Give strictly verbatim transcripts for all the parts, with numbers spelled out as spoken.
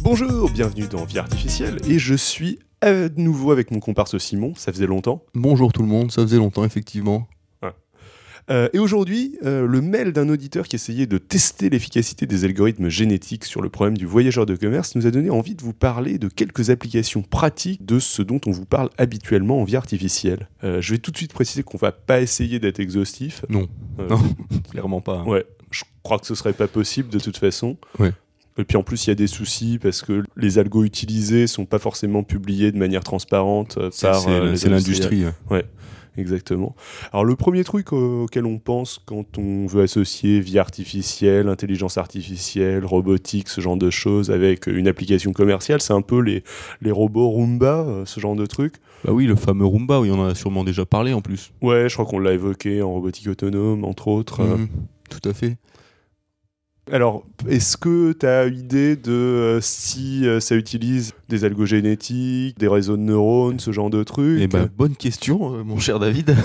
Bonjour, bienvenue dans Vie Artificielle, et je suis à nouveau avec mon comparse Simon, ça faisait longtemps. Bonjour tout le monde, ça faisait longtemps effectivement. Ouais. Euh, et aujourd'hui, euh, le mail d'un auditeur qui essayait de tester l'efficacité des algorithmes génétiques sur le problème du voyageur de commerce nous a donné envie de vous parler de quelques applications pratiques de ce dont on vous parle habituellement en vie artificielle. Euh, je vais tout de suite préciser qu'on va pas essayer d'être exhaustif. Non, Euh, non, clairement pas. Ouais, je crois que ce serait pas possible de toute façon. Ouais. Et puis en plus, il y a des soucis parce que les algos utilisés sont pas forcément publiés de manière transparente euh, C'est, par c'est, euh, les c'est l'industrie. Ouais, exactement. Alors le premier truc euh, auquel on pense quand on veut associer vie artificielle, intelligence artificielle, robotique, ce genre de choses avec une application commerciale, c'est un peu les, les robots Roomba, euh, ce genre de truc. Bah oui, le fameux Roomba, oui, on en a sûrement déjà parlé en plus. Ouais, je crois qu'on l'a évoqué en robotique autonome, entre autres. euh. Mhm, tout à fait. Alors, est-ce que tu as idée de euh, si euh, ça utilise des algos génétiques, des réseaux de neurones, ce genre de trucs? Eh ben, bonne question, euh, mon cher David.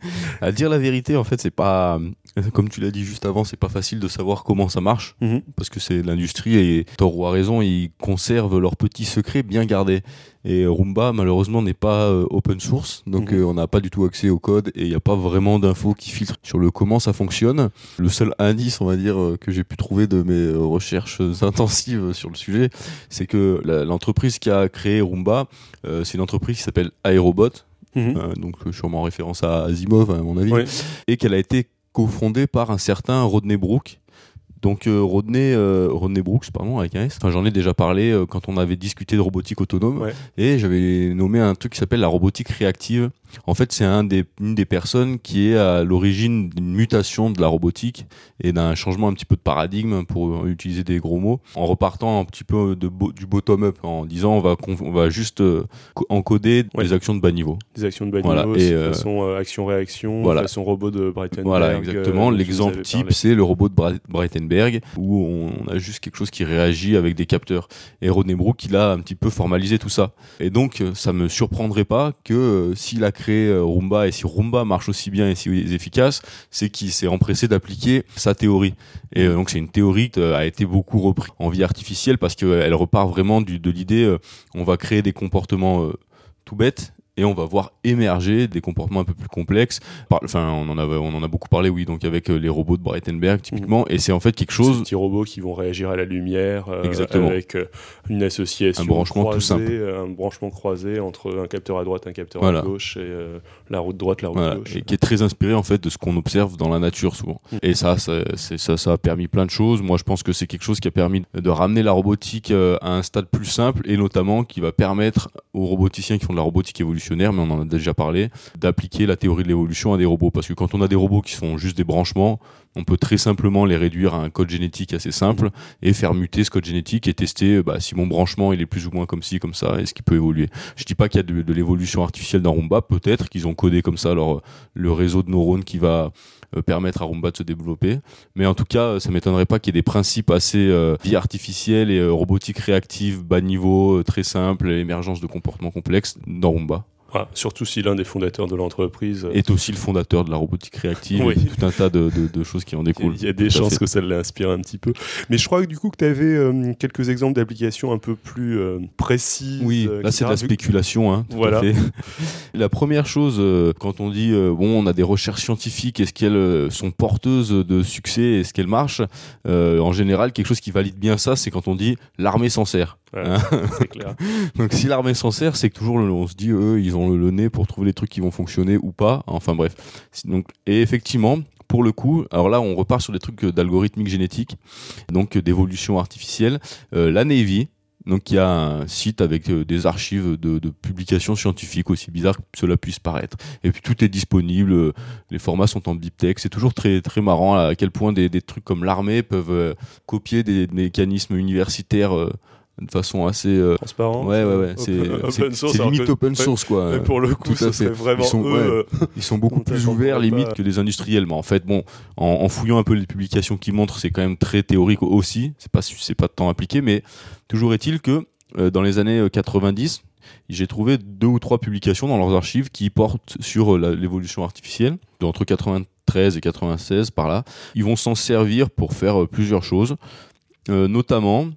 À dire la vérité, en fait, c'est pas, euh, comme tu l'as dit juste avant, c'est pas facile de savoir comment ça marche, Mhm. parce que c'est l'industrie et tort ou à raison, ils conservent leurs petits secrets bien gardés. Et Roomba, malheureusement, n'est pas euh, open source, donc Mhm. euh, on n'a pas du tout accès au code et il n'y a pas vraiment d'infos qui filtrent sur le comment ça fonctionne. Le seul indice, on va dire, euh, que j'ai pu trouver de mes euh, recherches intensives sur le sujet, c'est que la- l'entreprise qui a créé Roomba, euh, c'est une entreprise qui s'appelle Aerobot, Mhm. euh, donc euh, sûrement en référence à Asimov, à mon avis, Ouais. et qu'elle a été cofondée par un certain Rodney Brooks. Donc euh, Rodney, euh, Rodney Brooks, pardon, avec un S. Enfin, j'en ai déjà parlé euh, quand on avait discuté de robotique autonome, Ouais. et j'avais nommé un truc qui s'appelle la robotique réactive. En fait, c'est un des, une des personnes qui est à l'origine d'une mutation de la robotique et d'un changement un petit peu de paradigme, pour utiliser des gros mots, en repartant un petit peu de bo- du bottom-up, en disant on va, conf- on va juste euh, co- encoder Ouais. des actions de bas niveau. Des actions de bas Voilà, niveau, et, de euh, façon euh, action-réaction, voilà. façon robot de Breitenberg. Voilà, exactement. euh, dont L'exemple vous avez type, parlé. c'est le robot de Bra- Breitenberg, où on on a juste quelque chose qui réagit avec des capteurs. Et Rodney Brooks, il a un petit peu formalisé tout ça. Et donc, euh, ça me surprendrait pas que euh, s'il a créé euh, Roomba, et si Roomba marche aussi bien et si efficace, c'est qu'il s'est empressé d'appliquer sa théorie. Et euh, donc, c'est une théorie qui euh, a été beaucoup reprise en vie artificielle parce qu'elle repart vraiment du, de l'idée, euh, on va créer des comportements euh, tout bêtes, et on va voir émerger des comportements un peu plus complexes. Par- Enfin, on en a, on en a beaucoup parlé, oui, donc avec euh, les robots de Breitenberg, typiquement, et c'est en fait quelque Ces chose... petits robots qui vont réagir à la lumière euh, Exactement. avec euh, une association Un branchement croisée, tout simple. euh, un branchement croisé entre un capteur à droite, un capteur Voilà. à gauche et euh, la roue de droite, la roue Voilà, de gauche. et qui est très inspiré en fait de ce qu'on observe dans la nature souvent. Mm. Et ça, ça, c'est, ça, ça a permis plein de choses. Moi, je pense que c'est quelque chose qui a permis de ramener la robotique euh, à un stade plus simple, et notamment qui va permettre aux roboticiens qui font de la robotique évolutionnaire, mais on en a déjà parlé, d'appliquer la théorie de l'évolution à des robots. Parce que quand on a des robots qui sont juste des branchements, on peut très simplement les réduire à un code génétique assez simple et faire muter ce code génétique et tester bah, si mon branchement il est plus ou moins comme ci, comme ça, est-ce qu'il peut évoluer. Je dis pas qu'il y a de, de l'évolution artificielle dans Roomba, peut-être qu'ils ont codé comme ça leur, le réseau de neurones qui va euh, permettre à Roomba de se développer, mais en tout cas ça m'étonnerait pas qu'il y ait des principes assez euh, vie artificielle et euh, robotique réactive, bas niveau, euh, très simple, émergence de comportements complexes dans Roomba. Voilà, surtout si l'un des fondateurs de l'entreprise euh, Est aussi le fondateur de la robotique réactive, Oui. et tout un tas de, de, de choses qui en découlent. il y a des Tout à chances fait. que ça l'inspire un petit peu. Mais je crois que du coup que tu avais euh, quelques exemples d'applications un peu plus euh, précises. Oui, euh, là c'est de la et cetera. spéculation, hein, tout Voilà. à fait. La première chose, euh, quand on dit euh, bon, on a des recherches scientifiques, est-ce qu'elles euh, sont porteuses de succès, est-ce qu'elles marchent, euh, en général, quelque chose qui valide bien ça, c'est quand on dit l'armée s'en sert. Ouais, Hein. c'est clair. Donc si l'armée s'en sert, c'est que toujours on se dit eux, ils ont le, le nez pour trouver les trucs qui vont fonctionner ou pas. Enfin bref. Donc et effectivement. Pour le coup, alors là, on repart sur des trucs d'algorithmique génétique, donc d'évolution artificielle. Euh, la Navy, donc il y a un site avec euh, des archives de, de publications scientifiques, aussi bizarre que cela puisse paraître. Et puis tout est disponible, euh, les formats sont en BibTeX. C'est toujours très très marrant à quel point des, des trucs comme l'armée peuvent euh, copier des mécanismes universitaires euh, de façon assez euh, Transparent. ouais ouais ouais Open- c'est open c'est, source, c'est alors limite que- open source quoi. Mais pour le coup, Tout à ce fait. serait vraiment Ils sont- eux. ouais. euh, Ils sont beaucoup On plus t'attend ouverts pas. limite que les industriels, mais en fait bon, en, en fouillant un peu les publications qu'ils montrent, c'est quand même très théorique aussi, c'est pas c'est pas de temps appliqué, mais toujours est-il que euh, dans les années quatre-vingt-dix, j'ai trouvé deux ou trois publications dans leurs archives qui portent sur euh, la- l'évolution artificielle, entre quatre-vingt-treize et quatre-vingt-seize par là. Ils vont s'en servir pour faire euh, plusieurs choses, euh, notamment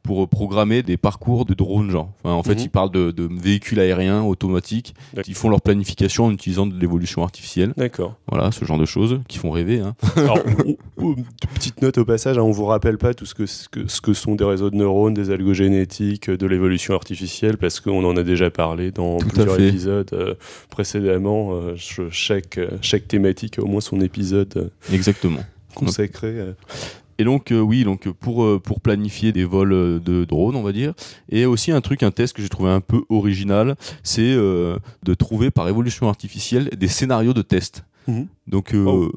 pour programmer des parcours de drones, genre. Enfin, en fait, Mhm. ils parlent de, de véhicules aériens automatiques. D'accord. Ils font leur planification en utilisant de l'évolution artificielle. D'accord. Voilà, ce genre de choses qui font rêver. Hein. Alors, on- on- petite note au passage, hein, on vous rappelle pas tout ce que, ce que ce que sont des réseaux de neurones, des algogénétiques, de l'évolution artificielle, parce qu'on en a déjà parlé dans Tout à plusieurs fait. épisodes euh, précédemment. Euh, je- chaque, euh, chaque thématique a au moins son épisode euh, Exactement. consacré. euh. Et donc, euh, oui, donc pour, euh, pour planifier des vols euh, de drones, on va dire. Et aussi un truc, un test que j'ai trouvé un peu original, c'est euh, de trouver par évolution artificielle des scénarios de test. Mhm. Donc, euh, Oh.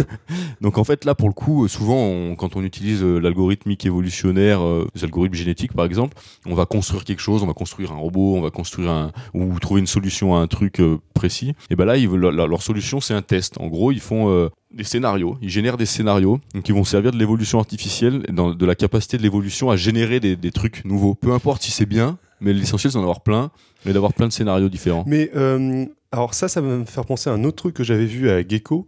donc en fait là pour le coup souvent on- quand on utilise euh, l'algorithmique évolutionnaire, euh, les algorithmes génétiques par exemple, on va construire quelque chose, on va construire un robot, on va construire un ou trouver une solution à un truc euh, précis. Et ben là ils, veulent- leur, leur solution c'est un test. En gros ils font euh, des scénarios, ils génèrent des scénarios donc ils vont servir de l'évolution artificielle, dans, de la capacité de l'évolution à générer des, des trucs nouveaux. Peu importe si c'est bien, mais l'essentiel c'est d'en avoir plein, mais d'avoir plein de scénarios différents. Mais euh, alors ça, ça va me faire penser à un autre truc que j'avais vu à Gecko.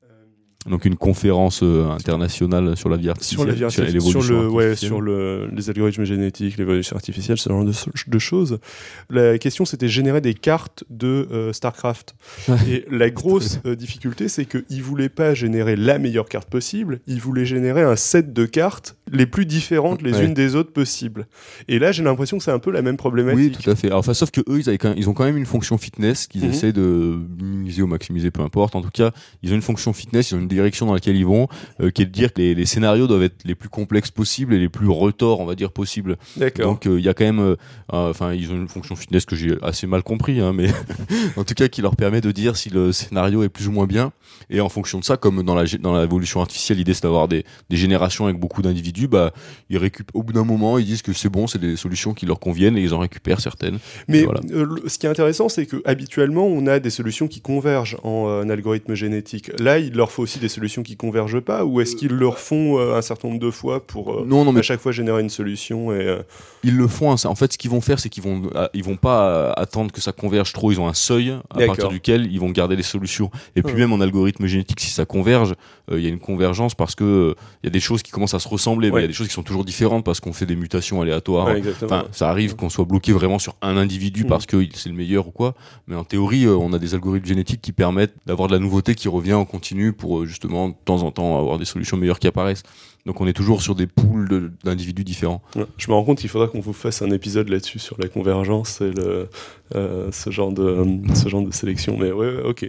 Donc une conférence euh, internationale sur la vie artificielle, Sur la vie artificielle, sur, l'évolution le, ouais, artificielle. sur le, les algorithmes génétiques, l'évolution artificielle, ce genre de, de choses. La question, c'était générer des cartes de euh, StarCraft. Et la grosse euh, difficulté, c'est qu'ils ne voulaient pas générer la meilleure carte possible, ils voulaient générer un set de cartes les plus différentes les Ouais. unes des autres possibles. Et là, j'ai l'impression que c'est un peu la même Oui, problématique. tout à fait. Alors, enfin, sauf que eux, ils, avaient quand même- ils ont quand même une fonction fitness qu'ils Mhm. essayent de minimiser ou maximiser, peu importe. En tout cas, ils ont une fonction fitness, ils ont une direction dans laquelle ils vont, euh, qui est de dire que les, les scénarios doivent être les plus complexes possibles et les plus retors, on va dire, possibles. D'accord. Donc, euh, il y a quand même, euh, euh, enfin, ils ont une fonction fitness que j'ai assez mal compris, hein, mais en tout cas, qui leur permet de dire si le scénario est plus ou moins bien. Et en fonction de ça, comme dans la gé- dans l'évolution artificielle, l'idée c'est d'avoir des, des générations avec beaucoup d'individus, bah, ils récupèrent au bout d'un moment, ils disent que c'est bon, c'est des solutions qui leur conviennent et ils en récupèrent certaines. Mais Voilà. euh, le- ce qui est intéressant, c'est que habituellement, on a des solutions qui convergent en euh, un algorithme génétique. Là, il leur faut aussi des solutions qui convergent pas, ou est-ce qu'ils le refont euh, un certain nombre de fois pour euh, Non, non, mais à chaque fois générer une solution et, euh, ils le font. Hein, ça. En fait, ce qu'ils vont faire, c'est qu'ils vont, euh, ils vont pas euh, attendre que ça converge trop. Ils ont un seuil à D'accord. partir duquel ils vont garder les solutions. Et puis Ouais. même en algorithme génétique, si ça converge, euh, il y a une convergence parce que il y a des choses qui commencent à se ressembler, mais il Ouais. y a des choses qui sont toujours différentes parce qu'on fait des mutations aléatoires. ouais, exactement. Enfin, ça arrive qu'on soit bloqué vraiment sur un individu Mm. parce que il- c'est le meilleur ou quoi. Mais en théorie, euh, on a des algorithmes génétiques qui permettent d'avoir de la nouveauté qui revient en continu pour euh, justement de temps en temps avoir des solutions meilleures qui apparaissent. Donc on est toujours sur des pools de- d'individus différents. Ouais. Je me rends compte qu'il faudra qu'on vous fasse un épisode là-dessus sur la convergence et le, euh, ce genre de ce genre de sélection. Mais ouais, ouais, ok.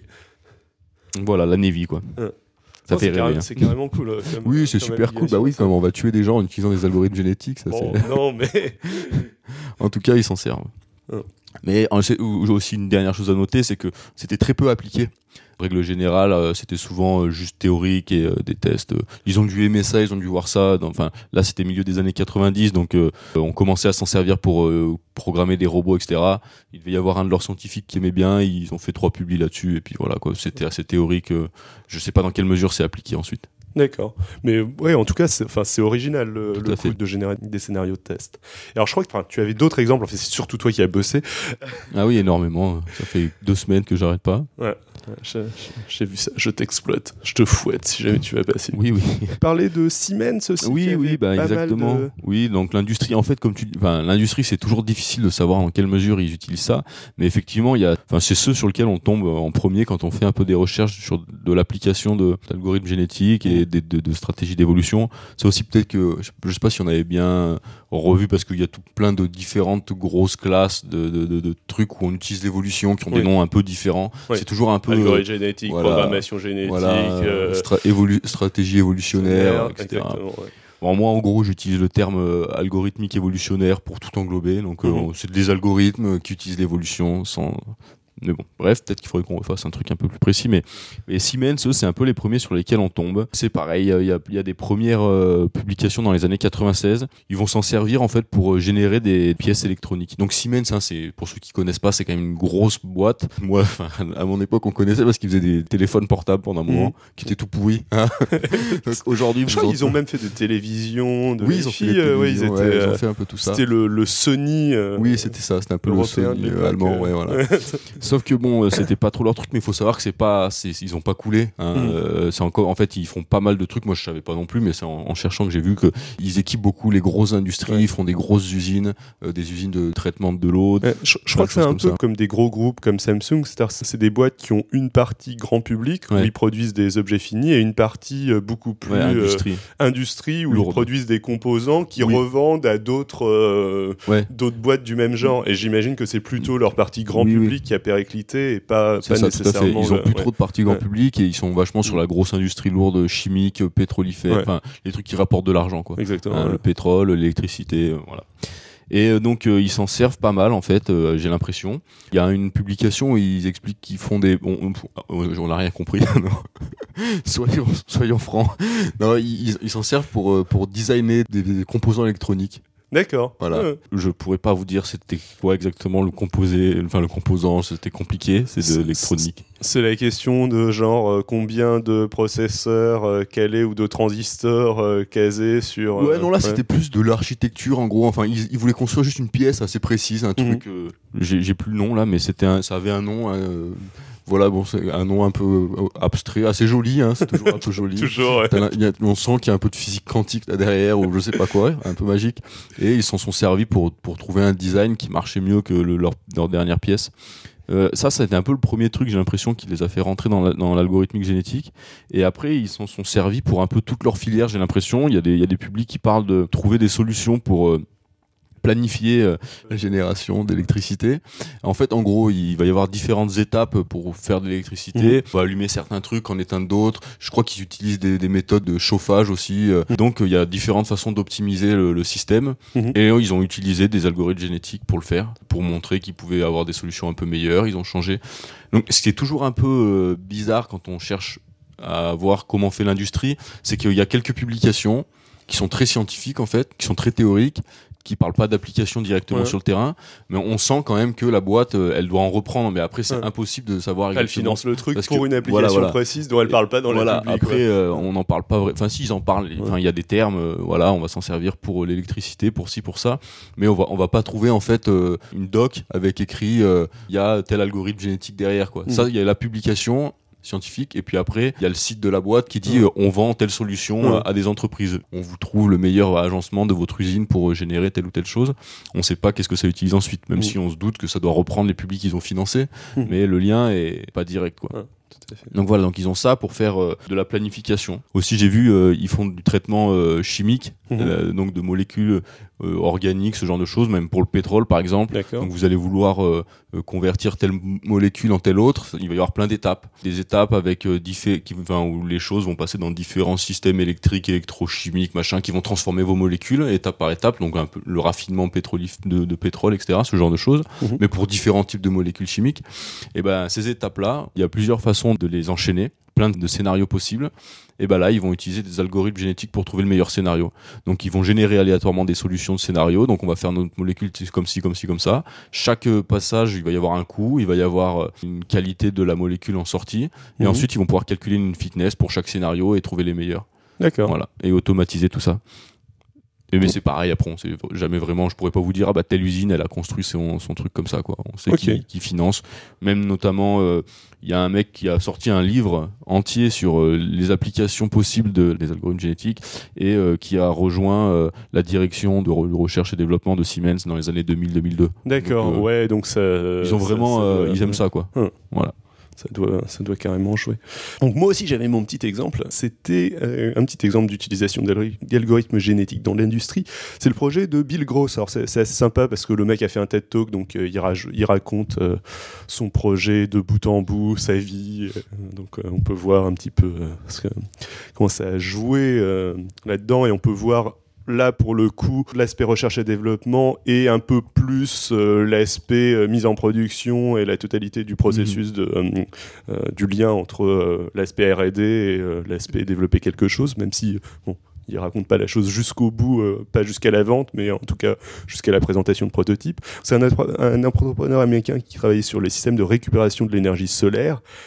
Voilà, la Navy quoi. Ouais. Ça Non, fait c'est rêver. carré- hein. C'est carrément cool. euh, comme- Oui, c'est comme super cool. Bah application, oui, ça. comme on va tuer des gens en utilisant des algorithmes génétiques, ça Bon, c'est. non, mais En tout cas, ils s'en servent. Ouais. Mais euh, c'est- ou- aussi une dernière chose à noter, c'est que c'était très peu appliqué. En règle générale, euh, c'était souvent euh, juste théorique et euh, des tests. euh, ils ont dû aimer ça, ils ont dû voir ça. dans- Enfin, là, c'était milieu des années quatre-vingt-dix, donc euh, on commençait à s'en servir pour euh, programmer des robots, et cetera. Il devait y avoir un de leurs scientifiques qui aimait bien. Ils ont fait trois publis là-dessus, et puis voilà quoi. C'était assez théorique. euh, je sais pas dans quelle mesure c'est appliqué ensuite. d'accord. Mais ouais, en tout cas, c'est, enfin, c'est original le, Tout le à coup fait. de générer des scénarios de test. Et alors, je crois que enfin, tu avais d'autres exemples. En fait, c'est surtout toi qui as bossé. Ah oui, énormément. Ça fait deux semaines que j'arrête pas. Ouais, j'ai, j'ai vu ça. Je t'exploite. Je te fouette si jamais tu vas passer. Oui, oui. Parler de Siemens aussi. qui Oui, avait oui, bah, pas mal exactement. de- Oui, donc l'industrie, en fait, comme tu dis, enfin, l'industrie, c'est toujours difficile de savoir dans quelle mesure ils utilisent ça. Mais effectivement, il y a, enfin, c'est ceux sur lesquels on tombe en premier quand on fait un peu des recherches sur de l'application de, d'algorithmes génétiques et de, de, de stratégies d'évolution. C'est aussi peut-être que, je, je sais pas si on avait bien revu parce qu'il y a tout plein de différentes grosses classes de, de, de, de trucs où on utilise l'évolution qui ont Oui. des noms un peu différents. Oui. C'est toujours un peu, Algorithme génétique, voilà, programmation génétique. voilà, euh, stra- évolu- stratégie évolutionnaire, et cetera. exactement, ouais. Bon, moi, en gros, j'utilise le terme euh, algorithmique évolutionnaire pour tout englober. Donc, euh, Mhm. c'est des algorithmes qui utilisent l'évolution sans. Mais bon, bref, peut-être qu'il faudrait qu'on refasse un truc un peu plus précis. Mais et Siemens, eux, c'est un peu les premiers sur lesquels on tombe. C'est pareil, il y a, il y a des premières euh, publications dans les années quatre-vingt-seize. Ils vont s'en servir en fait pour euh, générer des pièces électroniques. Donc Siemens, hein, c'est pour ceux qui connaissent pas, c'est quand même une grosse boîte. Moi, enfin, à mon époque, on connaissait parce qu'ils faisaient des téléphones portables pendant un moment Mhm. qui étaient tout pourris. Hein. Donc aujourd'hui, Je vous crois en- qu'ils ont même fait des télévisions, de oui, ils ont fait des Wi-Fi, euh, ouais, ils télévisions, étaient, ouais, ils ont euh, fait un peu tout ça. C'était le, le Sony. euh, Oui, c'était ça, c'était un peu le européen Sony de euh, l'époque, allemand, euh, ouais, voilà. ouais. Sauf que bon, c'était pas trop leur truc, mais il faut savoir que c'est pas, c'est, ils ont pas coulé. Hein. Mmh. Euh, c'est encore, en fait, ils font pas mal de trucs. Moi, je savais pas non plus, mais c'est en, en cherchant que j'ai vu que ils équipent beaucoup les grosses industries, ouais. Ils font des grosses usines, euh, des usines de traitement de l'eau. Ouais, je, je crois que c'est un peu ça. Comme des gros groupes comme Samsung, c'est-à-dire c'est des boîtes qui ont une partie grand public ouais. où ils produisent des objets finis et une partie euh, beaucoup plus ouais, industrie. Euh, industrie où Lourde. Ils produisent des composants qui oui. revendent à d'autres euh, ouais. d'autres boîtes du même genre. Et j'imagine que c'est plutôt leur partie grand oui, public oui. qui a périclité et pas, pas ça, nécessairement. Ils ont le... plus ouais. trop de partie grand ouais. public et ils sont vachement sur la grosse industrie lourde, chimique, pétrolifère, enfin ouais. les trucs qui rapportent de l'argent, quoi. Exactement. Hein, ouais. Le pétrole, l'électricité, euh, voilà. Et euh, donc euh, ils s'en servent pas mal en fait, euh, j'ai l'impression. Il y a une publication où ils expliquent qu'ils font des, on, on, on a rien compris. soyons, soyons francs. Non, ils, ils s'en servent pour pour designer des, des composants électroniques. D'accord. Voilà. Ouais. Je pourrais pas vous dire c'était quoi exactement le composé, enfin le composant, c'était compliqué, c'est de l'électronique. C'est la question de genre euh, combien de processeurs euh, calés ou de transistors euh, casés sur. Euh, ouais, non là ouais. c'était plus de l'architecture en gros. Enfin, ils, ils voulaient construire juste une pièce assez précise, un mm-hmm. truc. Euh, j'ai, j'ai plus le nom là, mais c'était, un, ça avait un nom. Euh, Voilà, bon, c'est un nom un peu abstrait, assez joli, hein, c'est toujours un peu joli. toujours, ouais. y a, on sent qu'il y a un peu de physique quantique là derrière, ou je sais pas quoi, un peu magique. Et ils s'en sont servis pour, pour trouver un design qui marchait mieux que le, leur, leur dernière pièce. Euh, ça, ça a été un peu le premier truc, j'ai l'impression, qui les a fait rentrer dans, la, dans l'algorithmique génétique. Et après, ils s'en sont servis pour un peu toute leur filière, j'ai l'impression. Il y a des, il y a des publics qui parlent de trouver des solutions pour... Euh, planifier euh, la génération d'électricité. En fait, en gros, il va y avoir différentes étapes pour faire de l'électricité. Mmh. On va allumer certains trucs, en éteindre d'autres. Je crois qu'ils utilisent des, des méthodes de chauffage aussi. Mmh. Donc, il y a différentes façons d'optimiser le, le système. Mmh. Et euh, ils ont utilisé des algorithmes génétiques pour le faire, pour montrer qu'ils pouvaient avoir des solutions un peu meilleures. Ils ont changé. Donc, ce qui est toujours un peu euh, bizarre quand on cherche à voir comment fait l'industrie, c'est qu'il y a quelques publications qui sont très scientifiques, en fait, qui sont très théoriques, qui parle pas d'application directement ouais. sur le terrain, mais on sent quand même que la boîte, euh, elle doit en reprendre, mais après c'est ouais. impossible de savoir exactement. Elle finance le truc pour que, une application voilà, voilà. précise dont elle parle pas dans voilà, la public. Après, euh, on n'en parle pas, vra... enfin si ils en parlent, il ouais. y a des termes, euh, voilà, on va s'en servir pour euh, l'électricité, pour ci, pour ça, mais on va, on va pas trouver en fait euh, une doc avec écrit, il euh, y a tel algorithme génétique derrière, quoi. Mmh. Ça, il y a la publication scientifique et puis après il y a le site de la boîte qui dit mmh. euh, on vend telle solution mmh. euh, à des entreprises, on vous trouve le meilleur agencement de votre usine pour euh, générer telle ou telle chose. On sait pas qu'est-ce que ça utilise ensuite, même mmh. si on se doute que ça doit reprendre les publics qu'ils ont financés, mmh. mais le lien est pas direct, quoi. Ouais. Donc voilà, donc ils ont ça pour faire euh, de la planification. Aussi j'ai vu euh, ils font du traitement euh, chimique, mmh. euh, donc de molécules euh, organiques, ce genre de choses, même pour le pétrole par exemple. D'accord. Donc vous allez vouloir euh, euh, convertir telle molécule en telle autre, il va y avoir plein d'étapes, des étapes avec euh, diffé- qui, enfin, où les choses vont passer dans différents systèmes électriques, électrochimiques, machin, qui vont transformer vos molécules étape par étape, donc un peu le raffinement pétrolif- de, de pétrole, et cetera, ce genre de choses, mmh. mais pour différents types de molécules chimiques. Et ben ces étapes-là, il y a plusieurs façons de les enchaîner, plein de scénarios possibles, et ben là ils vont utiliser des algorithmes génétiques pour trouver le meilleur scénario. Donc ils vont générer aléatoirement des solutions de scénarios, donc on va faire notre molécule comme ci, comme ci, comme ça. Chaque passage, il va y avoir un coût, il va y avoir une qualité de la molécule en sortie, et mmh. ensuite ils vont pouvoir calculer une fitness pour chaque scénario et trouver les meilleurs. D'accord. Voilà, et automatiser tout ça. Et mais c'est pareil, après on sait jamais vraiment, je pourrais pas vous dire ah bah telle usine elle a construit son, son truc comme ça, quoi. On sait okay. qui, qui finance, même notamment il euh, y a un mec qui a sorti un livre entier sur euh, les applications possibles de, des algorithmes génétiques et euh, qui a rejoint euh, la direction de re- recherche et développement de Siemens dans les années deux mille à deux mille deux. D'accord, donc, euh, ouais, donc ça ils ont vraiment ça, ça, euh, ça, ils aiment ça, quoi. Hum. Voilà. Ça doit, ça doit carrément jouer. Donc moi aussi j'avais mon petit exemple, c'était euh, un petit exemple d'utilisation d'algorithmes génétiques dans l'industrie, c'est le projet de Bill Gross. Alors c'est, c'est assez sympa parce que le mec a fait un TED Talk, donc euh, il, raj- il raconte euh, son projet de bout en bout, sa vie, euh, donc euh, on peut voir un petit peu euh, ce que, comment ça a joué euh, là-dedans, et on peut voir là, pour le coup, l'aspect recherche et développement et un peu plus euh, l'aspect euh, mise en production et la totalité du processus, mmh. de, euh, euh, du lien entre euh, l'aspect R et D et euh, l'aspect développer quelque chose, même si, bon, il raconte pas la chose jusqu'au bout, euh, pas jusqu'à la vente, mais en tout cas jusqu'à la présentation de prototypes. C'est un, un entrepreneur américain qui travaillait sur les systèmes de récupération de l'énergie solaire. Alors,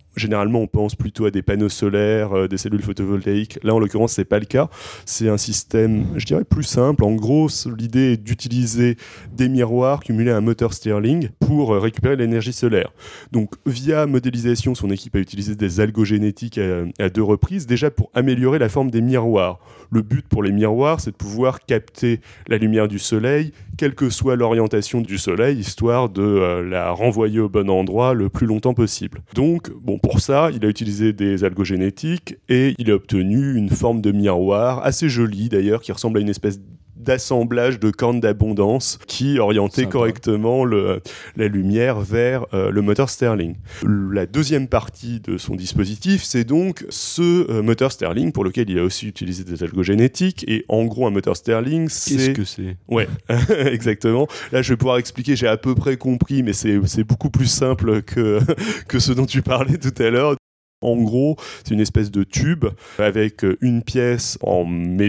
généralement, on pense plutôt à des panneaux solaires, euh, des cellules photovoltaïques. Là, en l'occurrence, c'est pas le cas. C'est un système, je dirais, plus simple. En gros, l'idée est d'utiliser des miroirs cumulés à un moteur Stirling pour euh, récupérer l'énergie solaire. Donc, via modélisation, son équipe a utilisé des algogénétiques à, à deux reprises, déjà pour améliorer la forme des miroirs. Le but pour les miroirs, c'est de pouvoir capter la lumière du soleil, quelle que soit l'orientation du soleil, histoire de euh, la renvoyer au bon endroit le plus longtemps possible. Donc, bon, pour ça, il a utilisé des algogénétiques et il a obtenu une forme de miroir assez jolie d'ailleurs, qui ressemble à une espèce d'assemblage de cornes d'abondance qui orientait Sympa. correctement le, la lumière vers euh, le moteur Stirling. La deuxième partie de son dispositif, c'est donc ce euh, moteur Stirling pour lequel il a aussi utilisé des algogénétiques. Et en gros, un moteur Stirling, c'est... Qu'est-ce que c'est ? Ouais, exactement. Là, je vais pouvoir expliquer, j'ai à peu près compris, mais c'est, c'est beaucoup plus simple que, que ce dont tu parlais tout à l'heure. En gros, c'est une espèce de tube avec une pièce en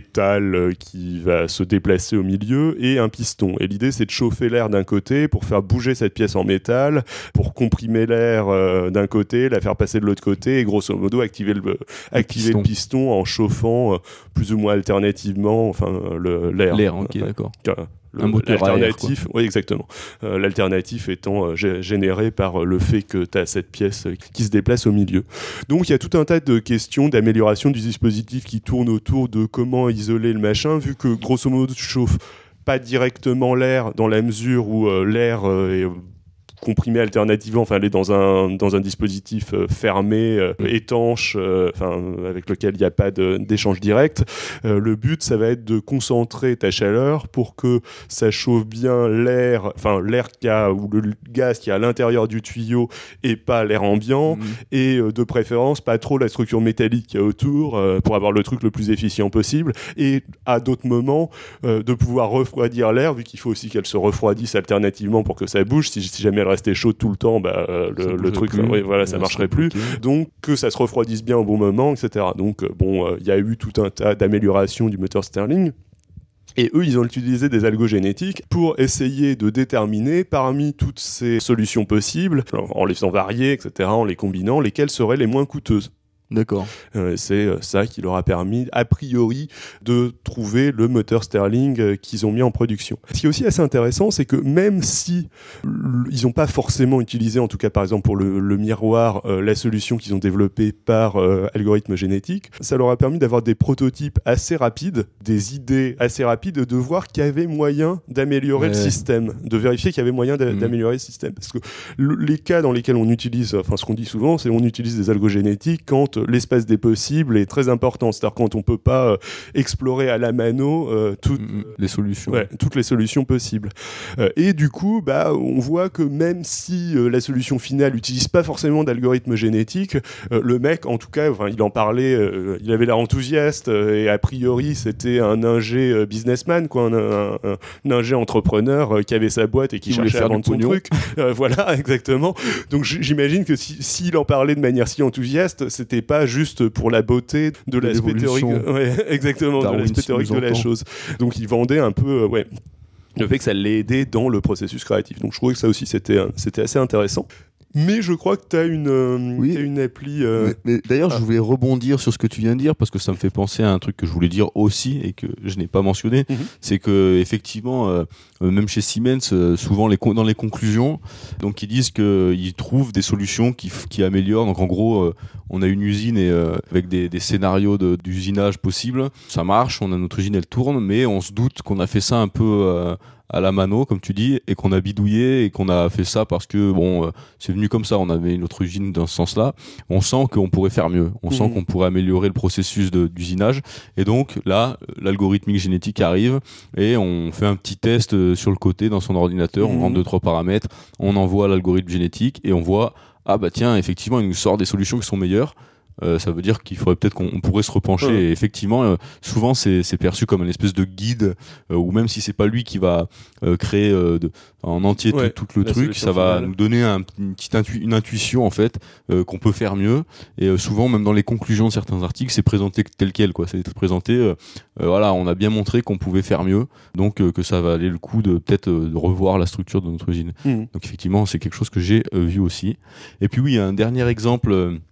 métal qui va se déplacer au milieu et un piston. Et l'idée, c'est de chauffer l'air d'un côté pour faire bouger cette pièce en métal, pour comprimer l'air euh, d'un côté, la faire passer de l'autre côté et grosso modo activer le, activer le piston. le piston en chauffant euh, plus ou moins alternativement enfin, le, l'air. L'air, ok, euh, d'accord. Euh, Le, un moteur l'alternatif, oui, exactement. Euh, l'alternatif étant euh, g- généré par euh, le fait que tu as cette pièce euh, qui se déplace au milieu. Donc il y a tout un tas de questions d'amélioration du dispositif qui tournent autour de comment isoler le machin, vu que grosso modo tu chauffes pas directement l'air dans la mesure où euh, l'air euh, est comprimé alternativement, enfin elle est dans un dans un dispositif euh, fermé, euh, mmh. étanche, euh, enfin avec lequel il n'y a pas de, d'échange direct. Euh, le but, ça va être de concentrer ta chaleur pour que ça chauffe bien l'air, enfin l'air qu'il y a ou le gaz qui est à l'intérieur du tuyau et pas l'air ambiant, mmh. et euh, de préférence pas trop la structure métallique qu'il y a autour euh, pour avoir le truc le plus efficient possible. Et à d'autres moments euh, de pouvoir refroidir l'air, vu qu'il faut aussi qu'elle se refroidisse alternativement pour que ça bouge. Si, si jamais elle restait chaude tout le temps, bah, euh, le, le truc, enfin, ouais, voilà, ça ouais, marcherait plus. Donc, que ça se refroidisse bien au bon moment, et cetera. Donc, euh, bon, il euh, y a eu tout un tas d'améliorations du moteur Stirling. Et eux, ils ont utilisé des algogénétiques pour essayer de déterminer parmi toutes ces solutions possibles, en les faisant varier, et cetera, en les combinant, lesquelles seraient les moins coûteuses. D'accord. Euh, c'est euh, ça qui leur a permis, a priori, de trouver le moteur Stirling euh, qu'ils ont mis en production. Ce qui est aussi assez intéressant, c'est que même si l- ils n'ont pas forcément utilisé, en tout cas par exemple pour le, le miroir, euh, la solution qu'ils ont développée par euh, algorithme génétique, ça leur a permis d'avoir des prototypes assez rapides, des idées assez rapides, de voir qu'il y avait moyen d'améliorer ouais. le système, de vérifier qu'il y avait moyen d'a- mmh. d'améliorer le système. Parce que le, les cas dans lesquels on utilise, enfin ce qu'on dit souvent, c'est on utilise des algogénétiques quand l'espace des possibles est très important, c'est-à-dire quand on peut pas euh, explorer à la mano euh, toutes les solutions, ouais, toutes les solutions possibles. Euh, et du coup, bah, on voit que même si euh, la solution finale n'utilise pas forcément d'algorithme génétique, euh, le mec, en tout cas, enfin, il en parlait, euh, il avait l'air enthousiaste euh, et a priori, c'était un ingé euh, businessman, quoi, un, un, un, un ingé entrepreneur euh, qui avait sa boîte et qui, qui cherchait à vendre son truc. Euh, voilà, exactement. Donc j'imagine que si, s'il en parlait de manière si enthousiaste, c'était pas juste pour la beauté de, de l'aspect théorique, ouais, exactement, de l'aspect théorique de la chose. Donc il vendait un peu, euh, ouais, le fait que ça l'ait aidé dans le processus créatif. Donc je trouvais que ça aussi c'était, c'était assez intéressant. Mais je crois que tu as une, euh, oui. t'as une appli... Euh... Mais, mais d'ailleurs, ah. je voulais rebondir sur ce que tu viens de dire, parce que ça me fait penser à un truc que je voulais dire aussi, et que je n'ai pas mentionné, mm-hmm. c'est que effectivement, euh, même chez Siemens, euh, souvent les con- dans les conclusions, donc ils disent qu'ils trouvent des solutions qui, f- qui améliorent. Donc en gros, euh, on a une usine et, euh, avec des, des scénarios de, d'usinage possibles, ça marche, on a notre usine, elle tourne, mais on se doute qu'on a fait ça un peu... Euh, à la mano, comme tu dis, et qu'on a bidouillé et qu'on a fait ça parce que bon, euh, c'est venu comme ça, on avait notre usine dans ce sens-là. On sent qu'on pourrait faire mieux, on mmh. sent qu'on pourrait améliorer le processus de, d'usinage, et donc là, l'algorithmique génétique arrive et on fait un petit test sur le côté dans son ordinateur, mmh. on rentre deux trois paramètres, on envoie l'algorithme génétique et on voit, ah bah tiens, effectivement, il nous sort des solutions qui sont meilleures. Euh, ça veut dire qu'il faudrait peut-être qu'on on pourrait se repencher. Ouais. Et effectivement, euh, souvent c'est, c'est perçu comme une espèce de guide, euh, ou même si c'est pas lui qui va euh, créer euh, de, en entier ouais, tout, tout le truc, ça va finale. Nous donner un, une petite intu- une intuition en fait euh, qu'on peut faire mieux. Et euh, souvent, même dans les conclusions de certains articles, c'est présenté tel quel, quoi. C'est présenté, euh, euh, voilà, on a bien montré qu'on pouvait faire mieux, donc euh, que ça valait le coup de peut-être euh, de revoir la structure de notre usine. Mmh. Donc effectivement, c'est quelque chose que j'ai euh, vu aussi. Et puis oui, un dernier exemple. Euh,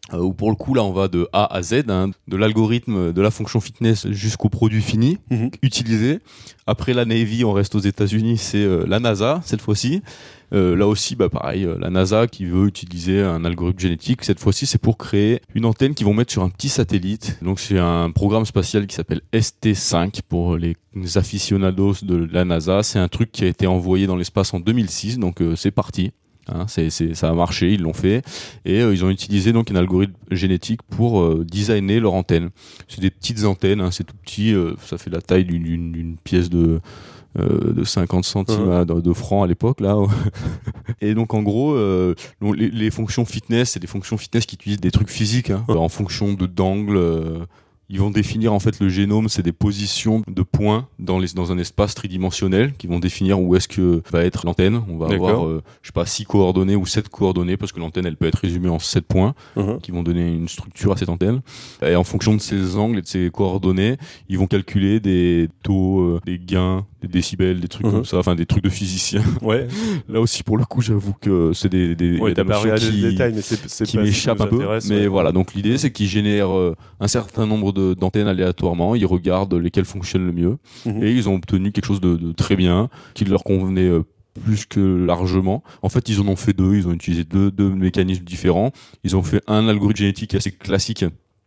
Euh, où pour le coup là on va de A à Z, hein, de l'algorithme de la fonction fitness jusqu'au produit fini Mmh. utilisé. Après la Navy, on reste aux États-Unis, c'est euh, la NASA cette fois-ci. Euh, là aussi, bah pareil, euh, la NASA qui veut utiliser un algorithme génétique. Cette fois-ci, c'est pour créer une antenne qu'ils vont mettre sur un petit satellite. Donc c'est un programme spatial qui s'appelle S T cinq pour les aficionados de la NASA. C'est un truc qui a été envoyé dans l'espace en deux mille six, donc euh, c'est parti. Hein, c'est, c'est, ça a marché, ils l'ont fait et euh, ils ont utilisé donc un algorithme génétique pour euh, designer leur antenne. C'est des petites antennes, hein, c'est tout petit, euh, ça fait la taille d'une, d'une, d'une pièce de, euh, de cinquante centimes Mmh. à- de, de francs à l'époque là. Et donc en gros, euh, donc, les, les fonctions fitness, c'est des fonctions fitness qui utilisent des trucs physiques hein, Mmh. en fonction de d'angle. Euh, Ils vont définir en fait le génome, c'est des positions de points dans, les, dans un espace tridimensionnel qui vont définir où est-ce que va être l'antenne. On va D'accord. avoir, euh, je sais pas, six coordonnées ou sept coordonnées parce que l'antenne elle peut être résumée en sept points Mmh. qui vont donner une structure à cette antenne. Et en fonction de ces angles et de ces coordonnées, ils vont calculer des taux, euh, des gains, des décibels, des trucs Mhm. comme ça, enfin des trucs de physiciens. Ouais, Là aussi pour le coup, j'avoue que c'est des, des, ouais des t'as pas notions regardé qui- le détail, mais c'est, c'est qui pas ce m'échappe nous un peu. intéresse, Mais ouais. voilà, donc l'idée c'est qu'ils génèrent euh, un certain nombre de, d'antennes aléatoirement, ils regardent lesquelles fonctionnent le mieux Mhm. et ils ont obtenu quelque chose de, de très bien, qui leur convenait euh, plus que largement. En fait, ils en ont fait deux, ils ont utilisé deux, deux mécanismes différents. Ils ont fait un algorithme génétique assez classique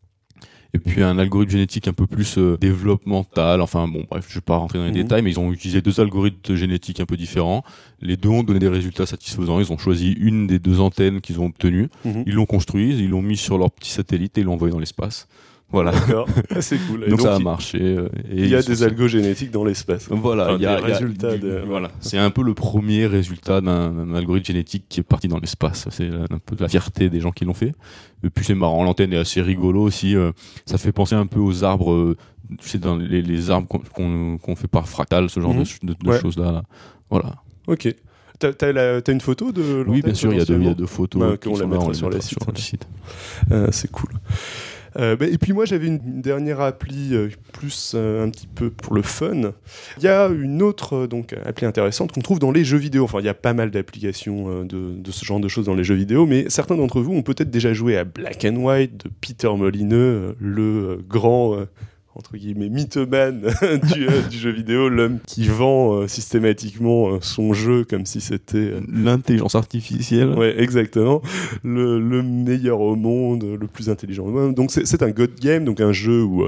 et puis un algorithme génétique un peu plus euh, développemental. Enfin bon, bref, je vais pas rentrer dans les Mhm. détails, mais ils ont utilisé deux algorithmes génétiques un peu différents. Les deux ont donné des résultats satisfaisants. Ils ont choisi une des deux antennes qu'ils ont obtenues. Mhm. Ils l'ont construite, ils l'ont mis sur leur petit satellite et ils l'ont envoyé dans l'espace. Voilà. D'accord, Ah, c'est cool. Et Donc, ça a il- marché. euh, et Il y a ils sont- des algos génétiques dans l'espace. Voilà, Enfin, il y a, des il y a résultats du- de- voilà. C'est un peu le premier résultat d'un, d'un algorithme génétique qui est parti dans l'espace. C'est un peu la fierté des gens qui l'ont fait. Et puis c'est marrant, l'antenne est assez rigolo aussi. euh, ça fait penser un peu aux arbres, euh, tu sais, dans les, les arbres qu'on, qu'on, qu'on fait par fractal, ce genre Mhm. de, de, de Ouais. choses-là. Là. Voilà. Ok. T'as, t'as, la- t'as une photo de l'antenne Oui, bien sûr, il y a deux, il y a potentiellement deux photos. Bah, qui qu'on la sont là, mettra on les sur le mettra site, sur le ouais. site. Ah, c'est cool. Euh, bah, et puis moi j'avais une, une dernière appli euh, plus euh, un petit peu pour le fun. Il y a une autre euh, donc appli intéressante qu'on trouve dans les jeux vidéo. Enfin il y a pas mal d'applications euh, de, de ce genre de choses dans les jeux vidéo, mais certains d'entre vous ont peut-être déjà joué à Black and White de Peter Molineux, euh, le euh, grand euh, entre guillemets mythomane du, euh, du jeu vidéo, l'homme qui vend euh, systématiquement euh, son jeu comme si c'était euh, L'intelligence artificielle. Ouais, exactement. Le, le meilleur au monde, le plus intelligent au monde. Donc c'est, c'est un God Game, donc un jeu où euh,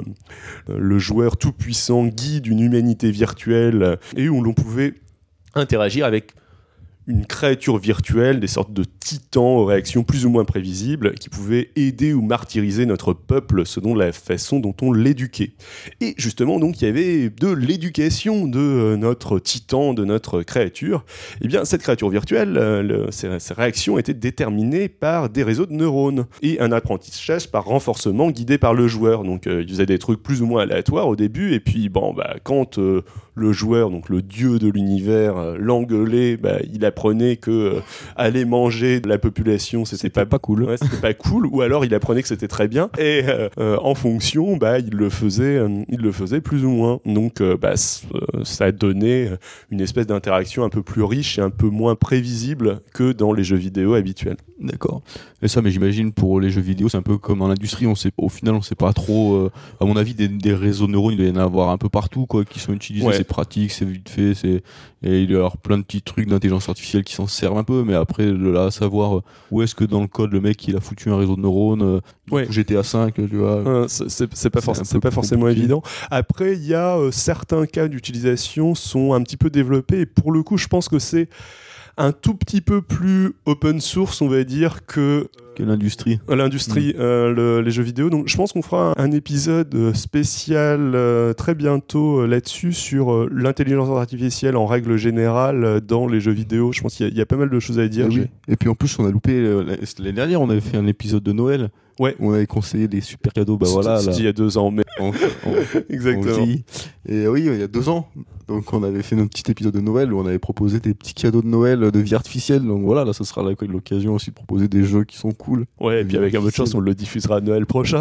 le joueur tout-puissant guide une humanité virtuelle euh, et où l'on pouvait interagir avec une créature virtuelle, des sortes de titans aux réactions plus ou moins prévisibles, qui pouvaient aider ou martyriser notre peuple selon la façon dont on l'éduquait. Et justement, donc, il y avait de l'éducation de euh, notre titan, de notre créature. Eh bien, cette créature virtuelle, euh, le- ses, ses réactions étaient déterminées par des réseaux de neurones et un apprentissage par renforcement guidé par le joueur. Donc, euh, il faisait des trucs plus ou moins aléatoires au début, et puis, bon, bah, quand euh, le joueur, donc le dieu de l'univers, euh, l'engueulait, bah, il apprenait que euh, aller manger de la population, c'était, C'était pas cool. Ouais, c'était pas cool, ou alors il apprenait que c'était très bien, et euh, euh, en fonction, bah, il le faisait, euh, il le faisait plus ou moins. Donc, euh, bah, c- euh, ça a donné une espèce d'interaction un peu plus riche et un peu moins prévisible que dans les jeux vidéo habituels. D'accord. Et ça, mais j'imagine pour les jeux vidéo, c'est un peu comme dans l'industrie. On sait, au final, on sait pas trop. euh, à mon avis, des, des réseaux de neurones, il doit y en avoir un peu partout, quoi, qui sont utilisés. Ouais. C'est pratique, c'est vite fait, c'est et il doit y avoir plein de petits trucs d'intelligence artificielle qui s'en servent un peu. Mais après, de là, savoir euh, où est-ce que dans le code le mec il a foutu un réseau de neurones. Euh, Ouais. G T A cinq, tu vois. Euh, c'est, c'est- c'est pas, C'est forc- un c'est peu pas forcément compliqué. évident. Après, il y a euh, certains cas d'utilisation sont un petit peu développés, et pour le coup, je pense que c'est un tout petit peu plus open source, on va dire, que Que l'industrie. l'industrie, euh, le- les jeux vidéo. Donc, je pense qu'on fera un, un épisode euh, spécial euh, très bientôt euh, là-dessus sur euh, l'intelligence artificielle en règle générale euh, dans les jeux vidéo. Je pense qu'il y a, il y a pas mal de choses à dire. Et, J'ai- oui. Et puis en plus, on a loupé. euh, la- c'était l'année dernière, on avait fait un épisode de Noël. Ouais. Où on avait conseillé des super cadeaux. Bah C'était- voilà. c'était là, il y a deux ans, mais on- on- exactement. on vit. Et oui, il y a deux ans. Donc on avait fait notre petit épisode de Noël où on avait proposé des petits cadeaux de Noël de vie artificielle. Donc voilà, là, ce sera la- l'occasion aussi de proposer des jeux qui sont cool. Ouais, et puis avec un peu de chance, on le diffusera à Noël prochain.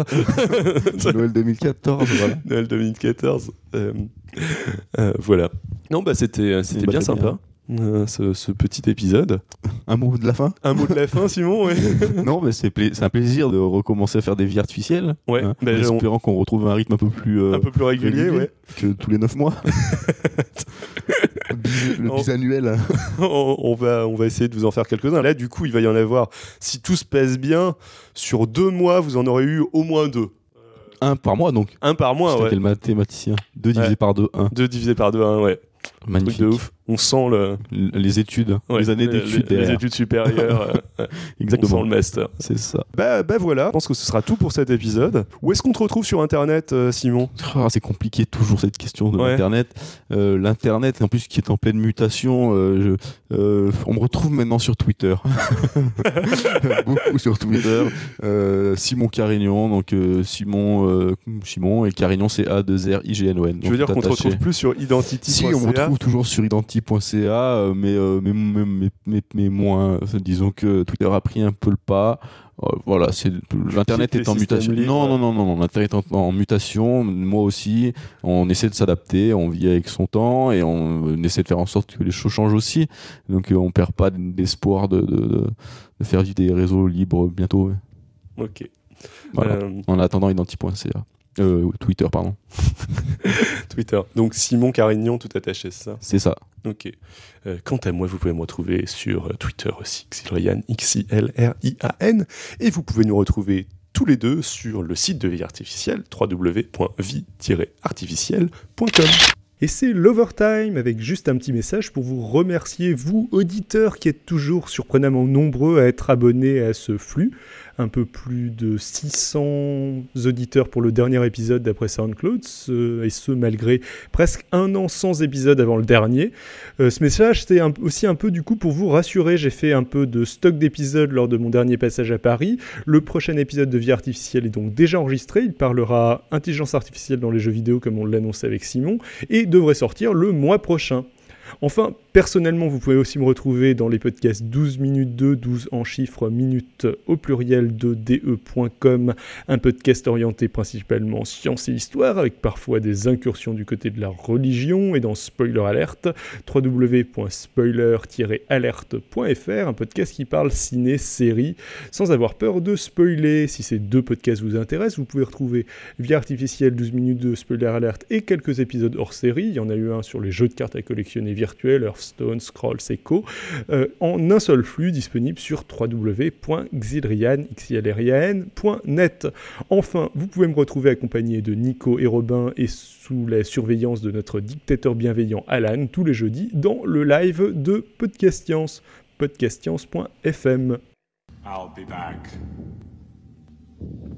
Noël deux mille quatorze, voilà. Noël deux mille quatorze. Euh, euh, voilà. Non, bah c'était, c'était Bah, bien très sympa. bien. euh, ce, ce petit épisode. Un mot de la fin. Un mot de la fin, Simon. Ouais. Non, mais c'est, pla- c'est un plaisir de recommencer à faire des vies artificielles. Ouais, hein, bah, en espérant qu'on retrouve un rythme un peu plus, euh, un peu plus régulier, régulier ouais. que tous les neuf mois. Bis- le On- bisannuel. on, on va, on va essayer de vous en faire quelques-uns. Là, du coup, il va y en avoir, si tout se passe bien, sur deux mois, vous en aurez eu au moins deux. Un par mois donc. Un par mois, C'était ouais. quel mathématicien. Deux divisé Ouais. par deux, un. Deux divisé par deux, un, ouais. Magnifique. Truc de ouf. On sent le... L- Les études, ouais, les années les- d'études les, les derrière. études supérieures. euh, ouais. On Exactement. sent le master. C'est ça. Bah, bah voilà, je pense que ce sera tout pour cet épisode. Où est-ce qu'on te retrouve sur Internet, euh, Simon ? Ah, c'est compliqué toujours cette question de Ouais. l'internet. Euh, L'internet, en plus qui est en pleine mutation, euh, je, euh, on me retrouve maintenant sur Twitter, beaucoup sur Twitter. Euh, Simon Carignon, donc euh, Simon, euh, Simon et Carignon c'est A deux R I G N O N. Je veux dire qu'on te retrouve plus sur identity point c a. Si, on me retrouve toujours sur identity point c a, euh, mais, euh, mais, mais, mais, mais, mais moins. Euh, disons que Twitter a pris un peu le pas. Euh, voilà, c'est l'internet les est en systèmes mutation. libres. Non, non, non, non, non, l'internet est en, en mutation. Moi aussi, on essaie de s'adapter, on vit avec son temps et on, on essaie de faire en sorte que les choses changent aussi. Donc, euh, on perd pas d'espoir de, de, de, de faire vivre des réseaux libres bientôt. Ouais. Ok. Voilà. Euh, En attendant identity point c a. Euh, Twitter, pardon. Twitter. Donc Simon Carignon, tout attaché, c'est ça ? C'est ça. Ok. Euh, quant à moi, vous pouvez me retrouver sur euh, Twitter aussi, Xilrian, X I L R I A N, et vous pouvez nous retrouver tous les deux sur le site de Vie Artificielle, w w w point vie tiret artificielle point com. Et c'est l'Overtime avec juste un petit message pour vous remercier, vous, auditeurs, qui êtes toujours surprenamment nombreux à être abonnés à ce flux. Un peu plus de six cents auditeurs pour le dernier épisode d'après SoundCloud, ce, et ce malgré presque un an sans épisode avant le dernier. Euh, ce message, c'était un, aussi un peu du coup pour vous rassurer. J'ai fait un peu de stock d'épisodes lors de mon dernier passage à Paris. Le prochain épisode de Vie Artificielle est donc déjà enregistré. Il parlera intelligence artificielle dans les jeux vidéo comme on l'annonçait avec Simon et devrait sortir le mois prochain. Enfin, personnellement, vous pouvez aussi me retrouver dans les podcasts douze minutes deux, douze en chiffres, minutes au pluriel de d e point com, un podcast orienté principalement science et histoire, avec parfois des incursions du côté de la religion, et dans Spoiler Alert, w w w point spoiler tiret alerte point f r, un podcast qui parle ciné-série, sans avoir peur de spoiler. Si ces deux podcasts vous intéressent, vous pouvez retrouver Vie Artificielle, douze minutes deux, Spoiler Alert, et quelques épisodes hors série. Il y en a eu un sur les jeux de cartes à collectionner virtuels, Hearthstone, Scrolls et Co. Euh, en un seul flux disponible sur w w w point xilrian point net. Enfin, vous pouvez me retrouver accompagné de Nico et Robin et sous la surveillance de notre dictateur bienveillant Alan tous les jeudis dans le live de Podcastiance, podcastiance point f m. I'll be back.